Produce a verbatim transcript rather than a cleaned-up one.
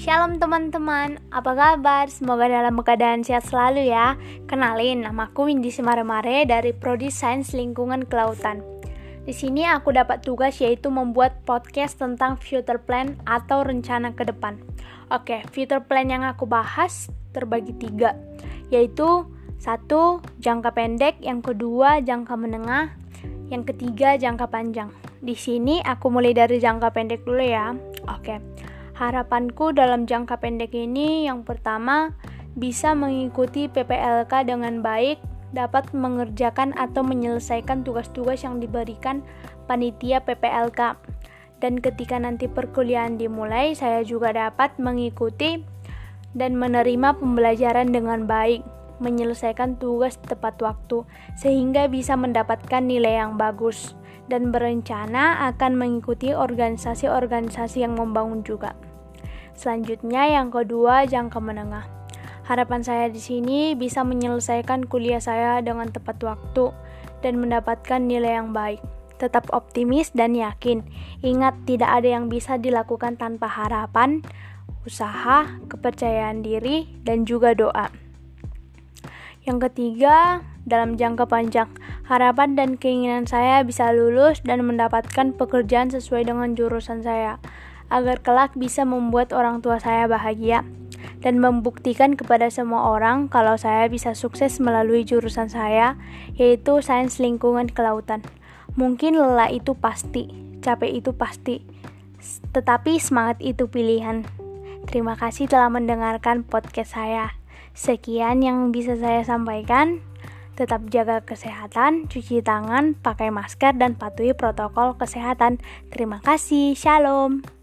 Shalom teman-teman, apa kabar? Semoga dalam keadaan sehat selalu ya. Kenalin, namaku Windy Semaremare dari Prodi Sains Lingkungan Kelautan. Di sini aku dapat tugas yaitu membuat podcast tentang future plan atau rencana ke depan. Oke, future plan yang aku bahas terbagi tiga, yaitu satu, jangka pendek, yang kedua, jangka menengah, yang ketiga, jangka panjang. Di sini aku mulai dari jangka pendek dulu ya. Oke. Harapanku dalam jangka pendek ini yang pertama, bisa mengikuti P P L K dengan baik, dapat mengerjakan atau menyelesaikan tugas-tugas yang diberikan panitia P P L K. Dan ketika nanti perkuliahan dimulai, saya juga dapat mengikuti dan menerima pembelajaran dengan baik, menyelesaikan tugas tepat waktu, sehingga bisa mendapatkan nilai yang bagus. Dan berencana akan mengikuti organisasi-organisasi yang membangun juga. Selanjutnya yang kedua, jangka menengah. Harapan saya di sini bisa menyelesaikan kuliah saya dengan tepat waktu dan mendapatkan nilai yang baik. Tetap optimis dan yakin. Ingat, tidak ada yang bisa dilakukan tanpa harapan, usaha, kepercayaan diri, dan juga doa. Yang ketiga, dalam jangka panjang, harapan dan keinginan saya bisa lulus dan mendapatkan pekerjaan sesuai dengan jurusan saya, agar kelak bisa membuat orang tua saya bahagia dan membuktikan kepada semua orang kalau saya bisa sukses melalui jurusan saya, yaitu Sains Lingkungan Kelautan. Mungkin lelah itu pasti, capek itu pasti, tetapi semangat itu pilihan. Terima kasih telah mendengarkan podcast saya. Sekian yang bisa saya sampaikan. Tetap jaga kesehatan, cuci tangan, pakai masker, dan patuhi protokol kesehatan. Terima kasih. Shalom.